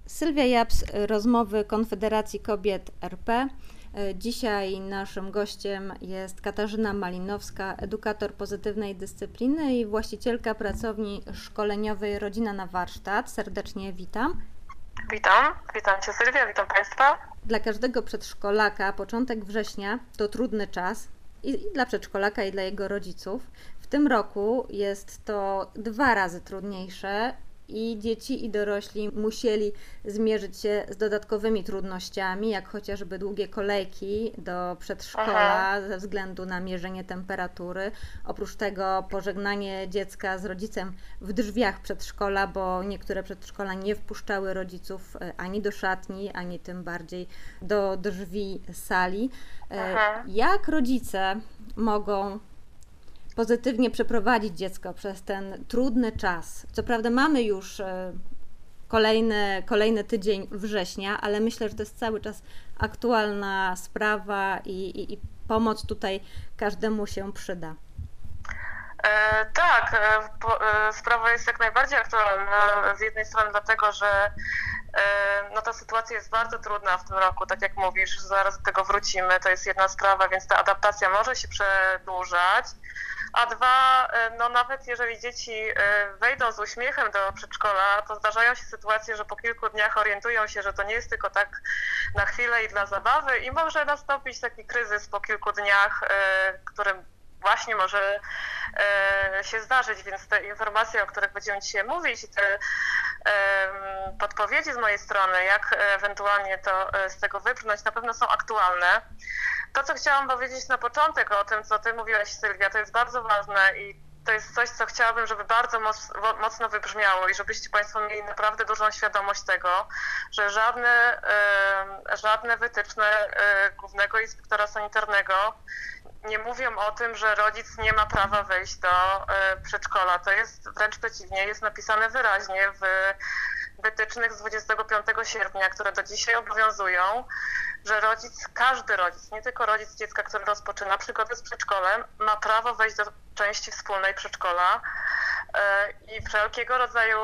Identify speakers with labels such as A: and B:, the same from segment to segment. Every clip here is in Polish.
A: Sylwia Japs, rozmowy Konfederacji Kobiet RP. Dzisiaj naszym gościem jest Katarzyna Malinowska, edukator pozytywnej dyscypliny i właścicielka pracowni szkoleniowej Rodzina na Warsztat. Serdecznie witam.
B: Witam Cię Sylwia, witam Państwa.
A: Dla każdego przedszkolaka początek września to trudny czas i dla przedszkolaka, i dla jego rodziców. W tym roku jest to 2 razy trudniejsze. I dzieci, i dorośli musieli zmierzyć się z dodatkowymi trudnościami, jak chociażby długie kolejki do przedszkola ze względu na mierzenie temperatury. Oprócz tego pożegnanie dziecka z rodzicem w drzwiach przedszkola, bo niektóre przedszkola nie wpuszczały rodziców ani do szatni, ani tym bardziej do drzwi sali. Jak rodzice mogą pozytywnie przeprowadzić dziecko przez ten trudny czas? Co prawda mamy już kolejny tydzień września, ale myślę, że to jest cały czas aktualna sprawa i pomoc tutaj każdemu się przyda.
B: Tak, sprawa jest jak najbardziej aktualna. Z jednej strony dlatego, że ta sytuacja jest bardzo trudna w tym roku, tak jak mówisz, zaraz do tego wrócimy, to jest jedna sprawa, więc ta adaptacja może się przedłużać. A dwa, nawet jeżeli dzieci wejdą z uśmiechem do przedszkola, to zdarzają się sytuacje, że po kilku dniach orientują się, że to nie jest tylko tak na chwilę i dla zabawy i może nastąpić taki kryzys po kilku dniach, którym właśnie może się zdarzyć, więc te informacje, o których będziemy dzisiaj mówić i te podpowiedzi z mojej strony, jak ewentualnie to z tego wybrnąć, na pewno są aktualne. To, co chciałam powiedzieć na początek o tym, co Ty mówiłaś, Sylwia, to jest bardzo ważne i to jest coś, co chciałabym, żeby bardzo mocno wybrzmiało i żebyście Państwo mieli naprawdę dużą świadomość tego, że żadne wytyczne Głównego Inspektora Sanitarnego nie mówią o tym, że rodzic nie ma prawa wejść do przedszkola. To jest wręcz przeciwnie, jest napisane wyraźnie w wytycznych z 25 sierpnia, które do dzisiaj obowiązują, że każdy rodzic, nie tylko rodzic dziecka, który rozpoczyna przygodę z przedszkolem, ma prawo wejść do części wspólnej przedszkola i wszelkiego rodzaju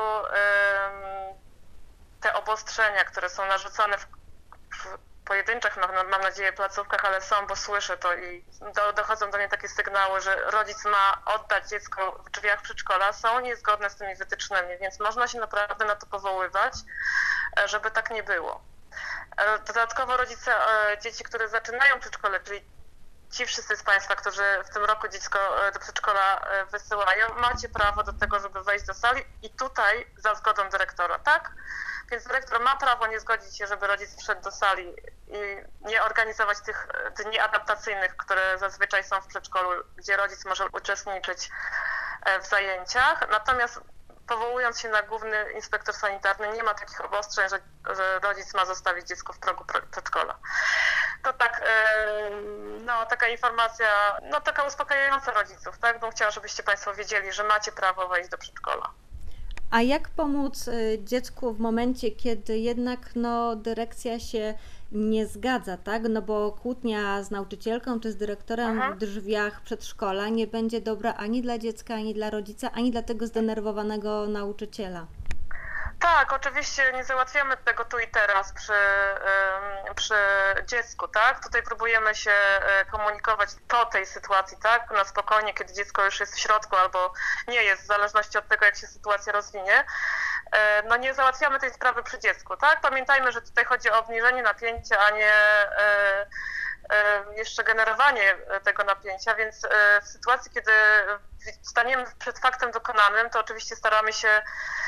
B: te obostrzenia, które są narzucane w pojedynczych, mam nadzieję, placówkach, ale są, bo słyszę to i dochodzą do mnie takie sygnały, że rodzic ma oddać dziecko w drzwiach przedszkola, są niezgodne z tymi wytycznymi, więc można się naprawdę na to powoływać, żeby tak nie było. Dodatkowo rodzice dzieci, które zaczynają przedszkole, czyli ci wszyscy z Państwa, którzy w tym roku dziecko do przedszkola wysyłają, macie prawo do tego, żeby wejść do sali i tutaj za zgodą dyrektora, tak? Więc dyrektor ma prawo nie zgodzić się, żeby rodzic wszedł do sali i nie organizować tych dni adaptacyjnych, które zazwyczaj są w przedszkolu, gdzie rodzic może uczestniczyć w zajęciach. Natomiast powołując się na Główny Inspektor Sanitarny, nie ma takich obostrzeń, że rodzic ma zostawić dziecko w progu przedszkola. To tak, taka informacja, taka uspokajająca rodziców, tak? Bym chciała, żebyście Państwo wiedzieli, że macie prawo wejść do przedszkola.
A: A jak pomóc dziecku w momencie, kiedy jednak dyrekcja się nie zgadza, tak? Bo kłótnia z nauczycielką czy z dyrektorem w drzwiach przedszkola nie będzie dobra ani dla dziecka, ani dla rodzica, ani dla tego zdenerwowanego nauczyciela.
B: Tak, oczywiście nie załatwiamy tego tu i teraz przy dziecku, tak? Tutaj próbujemy się komunikować po tej sytuacji, tak? Na spokojnie, kiedy dziecko już jest w środku albo nie jest, w zależności od tego, jak się sytuacja rozwinie. Nie załatwiamy tej sprawy przy dziecku, tak? Pamiętajmy, że tutaj chodzi o obniżenie napięcia, a nie jeszcze generowanie tego napięcia, więc w sytuacji, kiedy staniemy przed faktem dokonanym, to oczywiście staramy się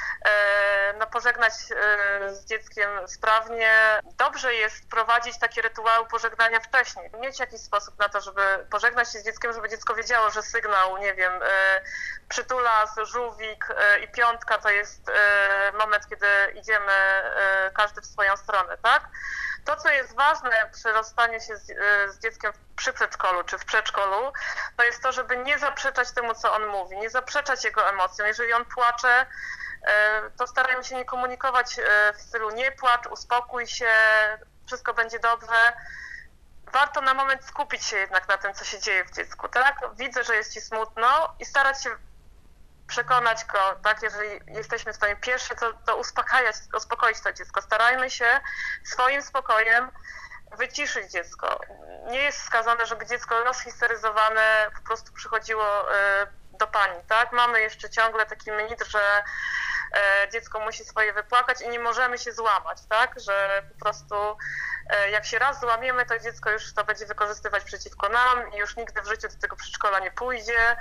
B: pożegnać z dzieckiem sprawnie. Dobrze jest prowadzić takie rytuały pożegnania wcześniej. Mieć jakiś sposób na to, żeby pożegnać się z dzieckiem, żeby dziecko wiedziało, że sygnał, przytulas, żółwik i piątka to jest moment, kiedy idziemy każdy w swoją stronę, tak? To, co jest ważne przy rozstaniu się z dzieckiem przy przedszkolu czy w przedszkolu, to jest to, żeby nie zaprzeczać temu, co on mówi, nie zaprzeczać jego emocjom. Jeżeli on płacze, to starajmy się nie komunikować w stylu nie płacz, uspokój się, wszystko będzie dobrze. Warto na moment skupić się jednak na tym, co się dzieje w dziecku, tak? Widzę, że jest ci smutno i starać się przekonać go, tak, jeżeli jesteśmy w stanie pierwsze, to uspokoić to dziecko. Starajmy się swoim spokojem wyciszyć dziecko. Nie jest wskazane, żeby dziecko rozhisteryzowane po prostu przychodziło do pani, tak? Mamy jeszcze ciągle taki mit, że dziecko musi swoje wypłakać i nie możemy się złamać, tak? Że po prostu jak się raz złamiemy, to dziecko już to będzie wykorzystywać przeciwko nam i już nigdy w życiu do tego przedszkola nie pójdzie.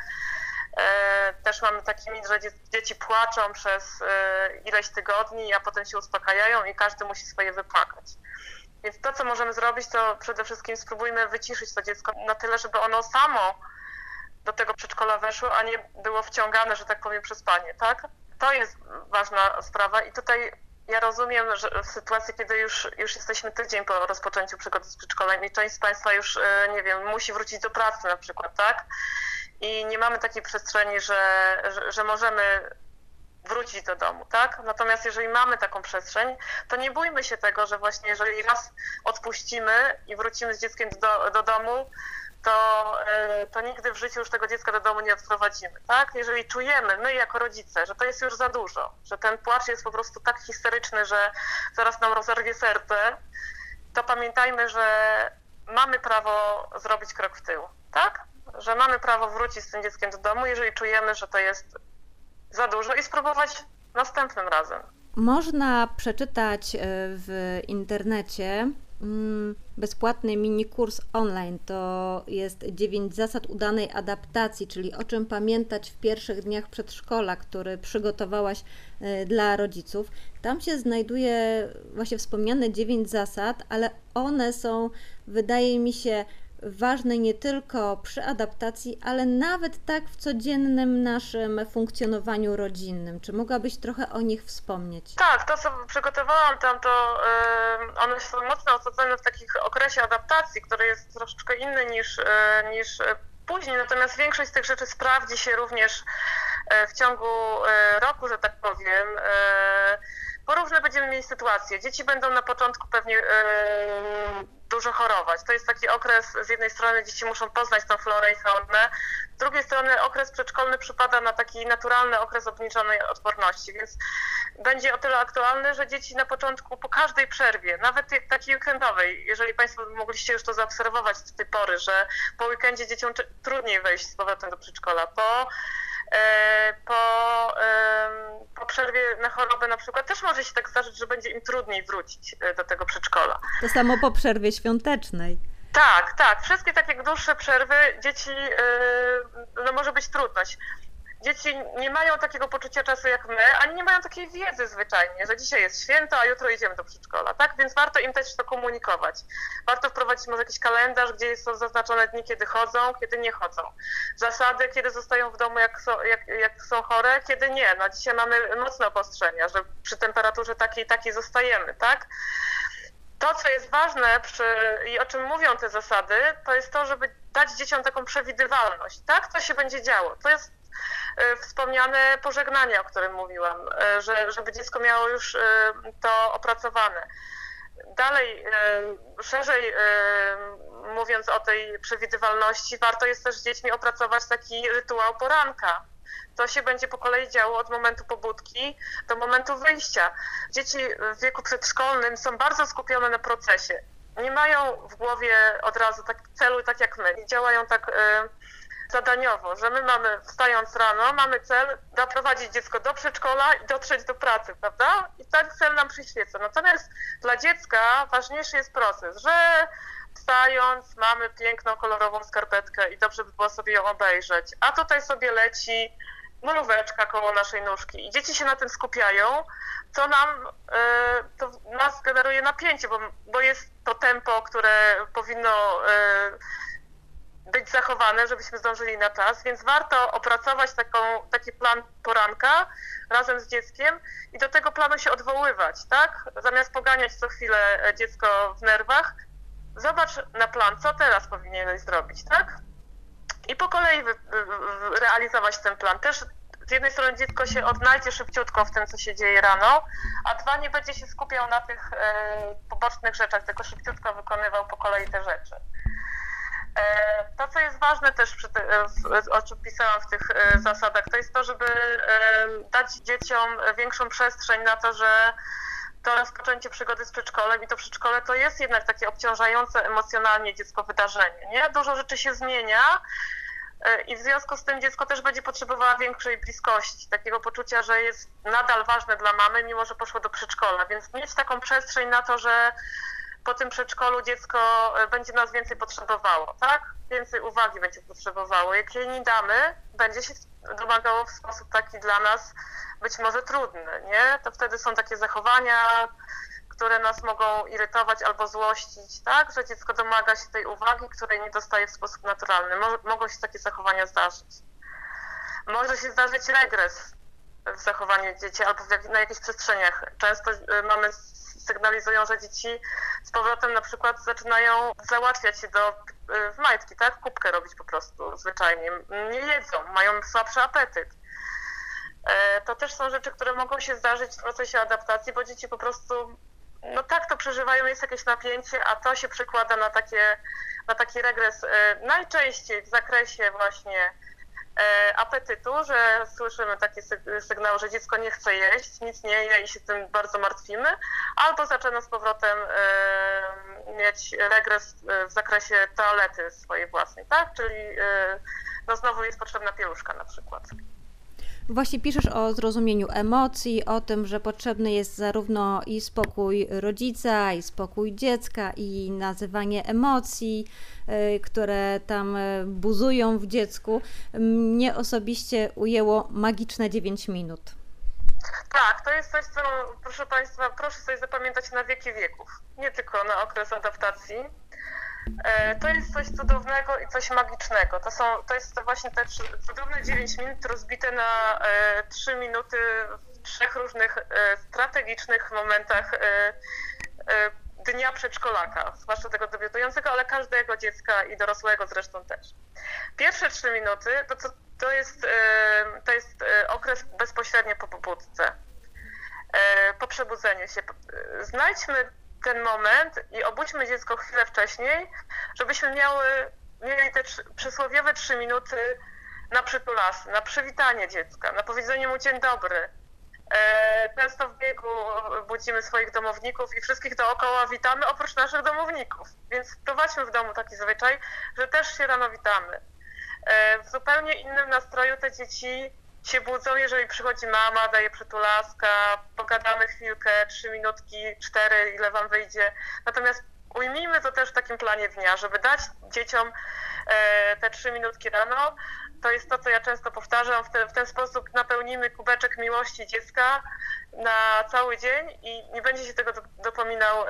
B: Też mamy taki mit, że dzieci płaczą przez ileś tygodni, a potem się uspokajają i każdy musi swoje wypłakać. Więc to, co możemy zrobić, to przede wszystkim spróbujmy wyciszyć to dziecko na tyle, żeby ono samo do tego przedszkola weszło, a nie było wciągane, że tak powiem, przez panie, tak? To jest ważna sprawa i tutaj ja rozumiem, że w sytuacji, kiedy już jesteśmy tydzień po rozpoczęciu przygody z przedszkolem i część z Państwa już, nie wiem, musi wrócić do pracy na przykład, tak? I nie mamy takiej przestrzeni, że możemy wrócić do domu, tak? Natomiast jeżeli mamy taką przestrzeń, to nie bójmy się tego, że właśnie jeżeli raz odpuścimy i wrócimy z dzieckiem do domu, to nigdy w życiu już tego dziecka do domu nie odprowadzimy, tak? Jeżeli czujemy, my jako rodzice, że to jest już za dużo, że ten płacz jest po prostu tak histeryczny, że zaraz nam rozerwie serce, to pamiętajmy, że mamy prawo zrobić krok w tył, tak? Że mamy prawo wrócić z tym dzieckiem do domu, jeżeli czujemy, że to jest za dużo i spróbować następnym razem.
A: Można przeczytać w internecie bezpłatny mini kurs online. To jest 9 zasad udanej adaptacji, czyli o czym pamiętać w pierwszych dniach przedszkola, który przygotowałaś dla rodziców. Tam się znajduje właśnie wspomniane 9 zasad, ale one są, wydaje mi się, ważne nie tylko przy adaptacji, ale nawet tak w codziennym naszym funkcjonowaniu rodzinnym. Czy mogłabyś trochę o nich wspomnieć?
B: Tak, to co przygotowałam tam, to one są mocno osadzone w takim okresie adaptacji, który jest troszeczkę inny niż później, natomiast większość z tych rzeczy sprawdzi się również w ciągu roku, że tak powiem. Bo różne będziemy mieli sytuacje. Dzieci będą na początku pewnie dużo chorować. To jest taki okres, z jednej strony dzieci muszą poznać tą florę i faunę, z drugiej strony okres przedszkolny przypada na taki naturalny okres obniżonej odporności, więc będzie o tyle aktualny, że dzieci na początku, po każdej przerwie, nawet takiej weekendowej, jeżeli Państwo mogliście już to zaobserwować do tej pory, że po weekendzie dzieciom trudniej wejść z powrotem do przedszkola, po przerwie na chorobę na przykład też może się tak zdarzyć, że będzie im trudniej wrócić do tego przedszkola.
A: To samo po przerwie świątecznej.
B: Tak. Wszystkie takie dłuższe przerwy dzieci, no może być trudność. Dzieci nie mają takiego poczucia czasu jak my, ani nie mają takiej wiedzy zwyczajnie, że dzisiaj jest święto, a jutro idziemy do przedszkola, tak? Więc warto im też to komunikować. Warto wprowadzić może jakiś kalendarz, gdzie są zaznaczone dni, kiedy chodzą, kiedy nie chodzą. Zasady, kiedy zostają w domu, jak są chore, kiedy nie. No dzisiaj mamy mocne obostrzenia, że przy temperaturze takiej i takiej zostajemy, tak? To, co jest ważne i o czym mówią te zasady, to jest to, żeby dać dzieciom taką przewidywalność, tak? Co się będzie działo. To jest wspomniane pożegnanie, o którym mówiłam, żeby dziecko miało już to opracowane. Dalej, szerzej mówiąc o tej przewidywalności, warto jest też z dziećmi opracować taki rytuał poranka. To się będzie po kolei działo od momentu pobudki do momentu wyjścia. Dzieci w wieku przedszkolnym są bardzo skupione na procesie. Nie mają w głowie od razu celu tak jak my. Działają tak zadaniowo, że my mamy, wstając rano, mamy cel doprowadzić dziecko do przedszkola i dotrzeć do pracy, prawda? I ten cel nam przyświeca. Natomiast dla dziecka ważniejszy jest proces, że wstając mamy piękną, kolorową skarpetkę i dobrze by było sobie ją obejrzeć, a tutaj sobie leci mróweczka koło naszej nóżki i dzieci się na tym skupiają, co to nas generuje napięcie, bo jest to tempo, które powinno być zachowane, żebyśmy zdążyli na czas, więc warto opracować taki plan poranka razem z dzieckiem i do tego planu się odwoływać, tak? Zamiast poganiać co chwilę dziecko w nerwach, zobacz na plan, co teraz powinieneś zrobić, tak? I po kolei realizować ten plan. Też z jednej strony dziecko się odnajdzie szybciutko w tym, co się dzieje rano, a dwa, nie będzie się skupiał na tych pobocznych rzeczach, tylko szybciutko wykonywał po kolei te rzeczy. To, co jest ważne też, o czym pisałam w tych zasadach, to jest to, żeby dać dzieciom większą przestrzeń na to, że to rozpoczęcie przygody z przedszkolem i to przedszkole to jest jednak takie obciążające emocjonalnie dziecko wydarzenie, nie? Dużo rzeczy się zmienia i w związku z tym dziecko też będzie potrzebowało większej bliskości, takiego poczucia, że jest nadal ważne dla mamy, mimo że poszło do przedszkola, więc mieć taką przestrzeń na to, że po tym przedszkolu dziecko będzie nas więcej potrzebowało, tak? Więcej uwagi będzie potrzebowało. Jak jej nie damy, będzie się domagało w sposób taki dla nas być może trudny, nie? To wtedy są takie zachowania, które nas mogą irytować albo złościć, tak? Że dziecko domaga się tej uwagi, której nie dostaje w sposób naturalny. Mogą się takie zachowania zdarzyć. Może się zdarzyć regres w zachowaniu dzieci albo na jakichś przestrzeniach. Często mamy sygnalizują, że dzieci z powrotem na przykład zaczynają załatwiać się w majtki, tak? Kubkę robić po prostu zwyczajnie. Nie jedzą, mają słabszy apetyt. To też są rzeczy, które mogą się zdarzyć w procesie adaptacji, bo dzieci po prostu, no tak to przeżywają, jest jakieś napięcie, a to się przekłada na taki regres najczęściej w zakresie właśnie apetytu, że słyszymy takie sygnały, że dziecko nie chce jeść, nic nie je i się tym bardzo martwimy, albo zaczyna z powrotem mieć regres w zakresie toalety swojej własnej, tak? Czyli no znowu jest potrzebna pieluszka na przykład.
A: Właśnie piszesz o zrozumieniu emocji, o tym, że potrzebny jest zarówno i spokój rodzica, i spokój dziecka, i nazywanie emocji, które tam buzują w dziecku. Mnie osobiście ujęło magiczne 9 minut.
B: Tak, to jest coś, co, proszę Państwa, proszę sobie zapamiętać na wieki wieków, nie tylko na okres adaptacji. To jest coś cudownego i coś magicznego. To jest właśnie te cudowne 9 minut rozbite na 3 minuty w 3 różnych strategicznych momentach dnia przedszkolaka, zwłaszcza tego debiutującego, ale każdego dziecka i dorosłego zresztą też. Pierwsze 3 minuty to jest okres bezpośrednio po pobudce, po przebudzeniu się. Znajdźmy ten moment i obudźmy dziecko chwilę wcześniej, żebyśmy mieli te przysłowiowe 3 minuty na przytulasy, na przywitanie dziecka, na powiedzenie mu dzień dobry. Często w biegu budzimy swoich domowników i wszystkich dookoła witamy oprócz naszych domowników, więc wprowadźmy w domu taki zwyczaj, że też się rano witamy. W zupełnie innym nastroju te dzieci się budzą, jeżeli przychodzi mama, daje przytulaska, pogadamy chwilkę, 3 minutki, 4, ile wam wyjdzie. Natomiast ujmijmy to też w takim planie dnia, żeby dać dzieciom te 3 minutki rano. To jest to, co ja często powtarzam. W ten sposób napełnimy kubeczek miłości dziecka na cały dzień i nie będzie się tego dopominał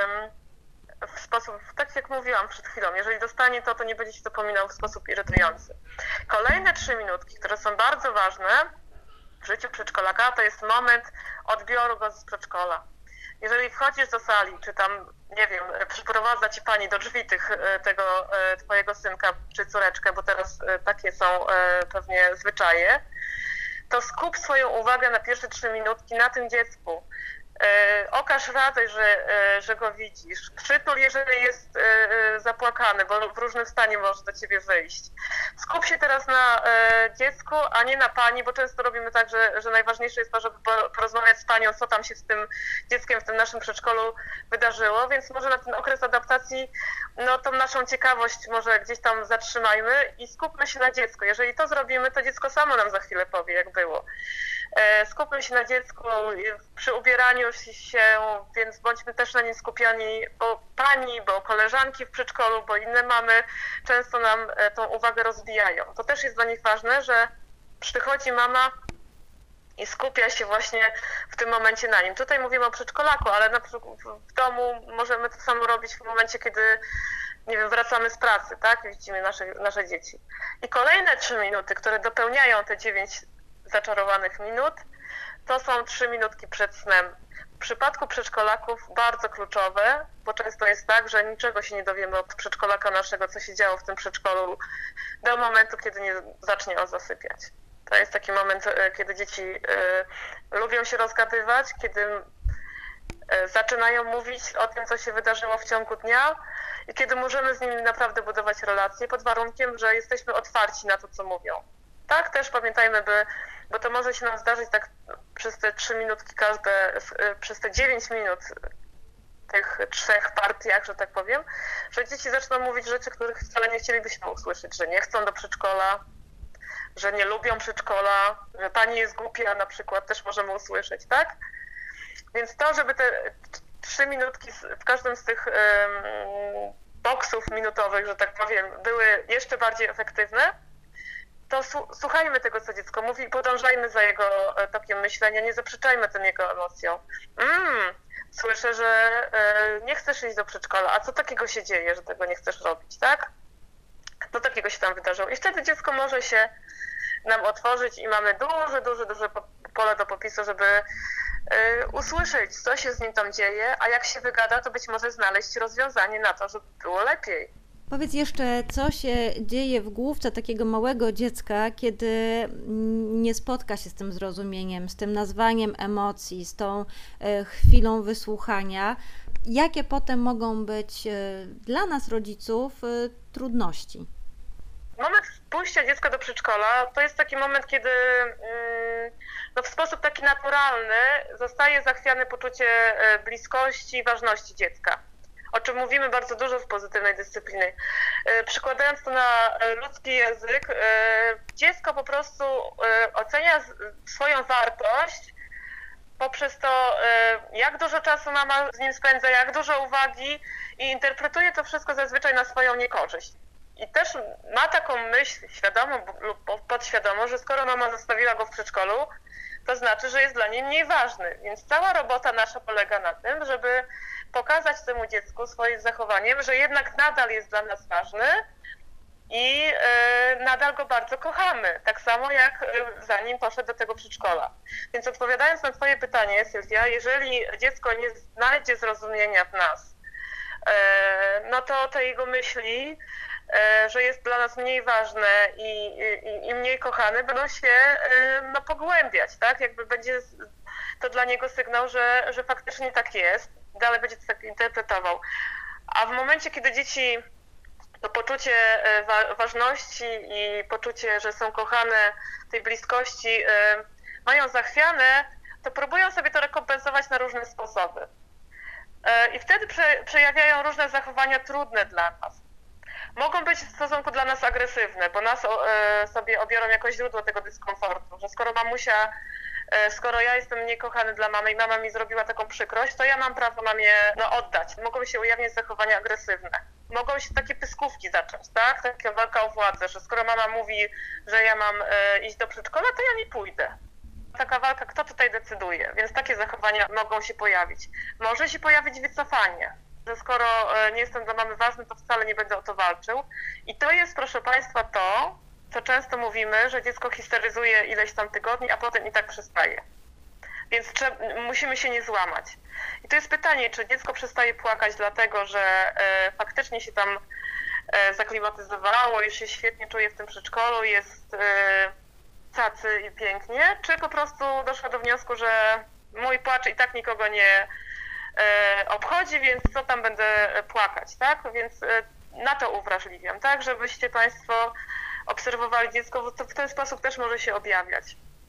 B: w sposób, tak jak mówiłam przed chwilą, jeżeli dostanie to nie będzie się dopominał w sposób irytujący. Kolejne 3 minutki, które są bardzo ważne w życiu przedszkolaka, to jest moment odbioru go z przedszkola. Jeżeli wchodzisz do sali, czy tam, nie wiem, przyprowadza ci pani do drzwi tego twojego synka czy córeczkę, bo teraz takie są pewnie zwyczaje, to skup swoją uwagę na pierwsze 3 minutki na tym dziecku. Okaż radość, że go widzisz. Przytul, jeżeli jest zapłakany, bo w różnym stanie może do ciebie wyjść. Skup się teraz na dziecku, a nie na pani, bo często robimy tak, że najważniejsze jest to, żeby porozmawiać z panią, co tam się z tym dzieckiem w tym naszym przedszkolu wydarzyło, więc może na ten okres adaptacji, no tą naszą ciekawość może gdzieś tam zatrzymajmy i skupmy się na dziecku. Jeżeli to zrobimy, to dziecko samo nam za chwilę powie, jak było. Skupmy się na dziecku przy ubieraniu się, więc bądźmy też na nim skupiani, bo koleżanki w przedszkolu, bo inne mamy często nam tą uwagę rozbijają. To też jest dla nich ważne, że przychodzi mama i skupia się właśnie w tym momencie na nim. Tutaj mówimy o przedszkolaku, ale na przykład w domu możemy to samo robić w momencie, kiedy, nie wiem, wracamy z pracy, tak? Widzimy nasze dzieci. I kolejne 3 minuty, które dopełniają te 9 zaczarowanych minut, to są 3 minutki przed snem. W przypadku przedszkolaków bardzo kluczowe, bo często jest tak, że niczego się nie dowiemy od przedszkolaka naszego, co się działo w tym przedszkolu, do momentu, kiedy nie zacznie on zasypiać. To jest taki moment, kiedy dzieci lubią się rozgadywać, kiedy zaczynają mówić o tym, co się wydarzyło w ciągu dnia i kiedy możemy z nimi naprawdę budować relacje pod warunkiem, że jesteśmy otwarci na to, co mówią. Tak, też pamiętajmy, bo to może się nam zdarzyć tak przez te 3 minutki przez te 9 minut tych 3 partiach, że tak powiem, że dzieci zaczną mówić rzeczy, których wcale nie chcielibyśmy usłyszeć, że nie chcą do przedszkola, że nie lubią przedszkola, że pani jest głupia na przykład, też możemy usłyszeć, tak? Więc to, żeby te 3 minutki w każdym z tych boksów minutowych, że tak powiem, były jeszcze bardziej efektywne, to słuchajmy tego, co dziecko mówi i podążajmy za jego tokiem myślenia, nie zaprzeczajmy tym jego emocjom. Słyszę, że nie chcesz iść do przedszkola, a co takiego się dzieje, że tego nie chcesz robić, tak? Co takiego się tam wydarzyło? I wtedy dziecko może się nam otworzyć i mamy duże pole do popisu, żeby usłyszeć, co się z nim tam dzieje, a jak się wygada, to być może znaleźć rozwiązanie na to, żeby było lepiej.
A: Powiedz jeszcze, co się dzieje w główce takiego małego dziecka, kiedy nie spotka się z tym zrozumieniem, z tym nazwaniem emocji, z tą chwilą wysłuchania. Jakie potem mogą być dla nas, rodziców, trudności?
B: Moment pójścia dziecka do przedszkola to jest taki moment, kiedy w sposób taki naturalny zostaje zachwiane poczucie bliskości i ważności dziecka, o czym mówimy bardzo dużo w pozytywnej dyscyplinie. Przykładając to na ludzki język, dziecko po prostu ocenia swoją wartość poprzez to, jak dużo czasu mama z nim spędza, jak dużo uwagi i interpretuje to wszystko zazwyczaj na swoją niekorzyść. I też ma taką myśl świadomą lub podświadomą, że skoro mama zostawiła go w przedszkolu, to znaczy, że jest dla niej mniej ważny. Więc cała robota nasza polega na tym, żeby pokazać temu dziecku swoim zachowaniem, że jednak nadal jest dla nas ważny i nadal go bardzo kochamy. Tak samo jak zanim poszedł do tego przedszkola. Więc odpowiadając na twoje pytanie, Sylwia, jeżeli dziecko nie znajdzie zrozumienia w nas, no to te jego myśli, że jest dla nas mniej ważne i mniej kochane, będą się pogłębiać, tak? Jakby będzie to dla niego sygnał, że faktycznie tak jest, dalej będzie to tak interpretował. A w momencie, kiedy dzieci to poczucie ważności i poczucie, że są kochane, tej bliskości mają zachwiane, to próbują sobie to rekompensować na różne sposoby. I wtedy przejawiają różne zachowania trudne dla nas. Mogą być w stosunku dla nas agresywne, bo nas sobie obiorą jako źródło tego dyskomfortu, że skoro ja jestem mniej kochany dla mamy i mama mi zrobiła taką przykrość, to ja mam prawo mamie oddać. Mogą się ujawniać zachowania agresywne. Mogą się takie pyskówki zacząć, tak? Taka walka o władzę, że skoro mama mówi, że ja mam iść do przedszkola, to ja nie pójdę. Taka walka, kto tutaj decyduje, więc takie zachowania mogą się pojawić. Może się pojawić wycofanie, że skoro nie jestem dla mamy ważny, to wcale nie będę o to walczył. I to jest, proszę Państwa, to, co często mówimy, że dziecko histeryzuje ileś tam tygodni, a potem i tak przestaje. Więc musimy się nie złamać. I to jest pytanie, czy dziecko przestaje płakać dlatego, że faktycznie się tam zaklimatyzowało, już się świetnie czuje w tym przedszkolu, jest cacy i pięknie, czy po prostu doszła do wniosku, że mój płacz i tak nikogo nie obchodzi, więc co tam będę płakać, tak? Więc na to uwrażliwiam, tak? Żebyście Państwo obserwowali dziecko, bo to w ten sposób też może się objawiać.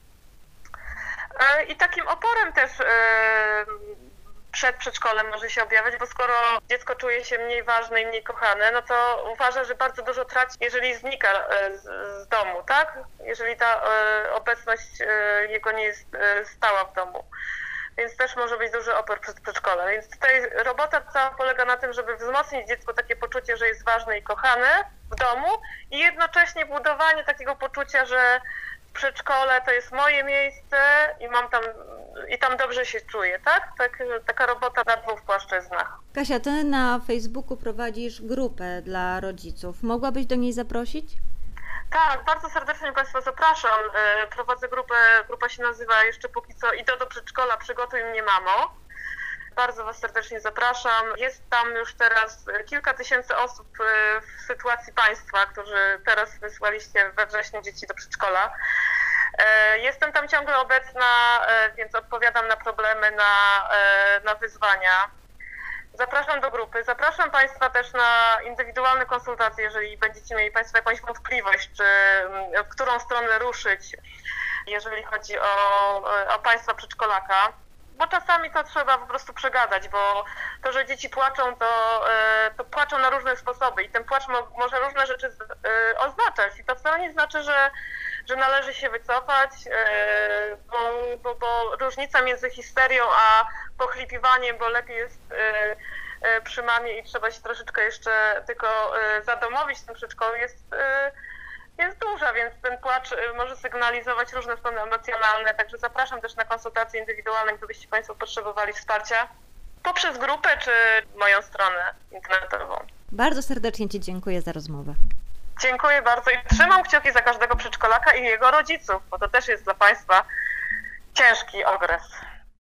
B: I takim oporem też przed przedszkolem może się objawiać, bo skoro dziecko czuje się mniej ważne i mniej kochane, no to uważa, że bardzo dużo traci, jeżeli znika z domu, tak? Jeżeli ta obecność jego nie jest stała w domu. Więc też może być duży opór przed przedszkolem. Więc tutaj robota cała polega na tym, żeby wzmocnić dziecku takie poczucie, że jest ważne i kochane w domu i jednocześnie budowanie takiego poczucia, że przedszkole to jest moje miejsce i tam dobrze się czuję, tak? Taka robota na 2 płaszczyznach.
A: Kasia, ty na Facebooku prowadzisz grupę dla rodziców. Mogłabyś do niej zaprosić?
B: Tak, bardzo serdecznie Państwa zapraszam. Prowadzę grupę, grupa się nazywa jeszcze póki co Idę do przedszkola, przygotuj mnie mamo. Bardzo Was serdecznie zapraszam. Jest tam już teraz kilka tysięcy osób w sytuacji Państwa, którzy teraz wysłaliście we wrześniu dzieci do przedszkola. Jestem tam ciągle obecna, więc odpowiadam na problemy, na wyzwania. Zapraszam do grupy. Zapraszam Państwa też na indywidualne konsultacje, jeżeli będziecie mieli Państwo jakąś wątpliwość, czy w którą stronę ruszyć, jeżeli chodzi o Państwa przedszkolaka. Bo czasami to trzeba po prostu przegadać, bo to, że dzieci płaczą, to płaczą na różne sposoby i ten płacz może różne rzeczy oznaczać. I to wcale nie znaczy, że należy się wycofać, bo różnica między histerią a pochlipiwaniem, bo lepiej jest przy mamie i trzeba się troszeczkę jeszcze tylko zadomowić w tym przedszkolu, jest duża, więc ten płacz może sygnalizować różne stany emocjonalne, także zapraszam też na konsultacje indywidualne, gdybyście Państwo potrzebowali wsparcia poprzez grupę czy moją stronę internetową.
A: Bardzo serdecznie Ci dziękuję za rozmowę.
B: Dziękuję bardzo i trzymam kciuki za każdego przedszkolaka i jego rodziców, bo to też jest dla Państwa ciężki okres.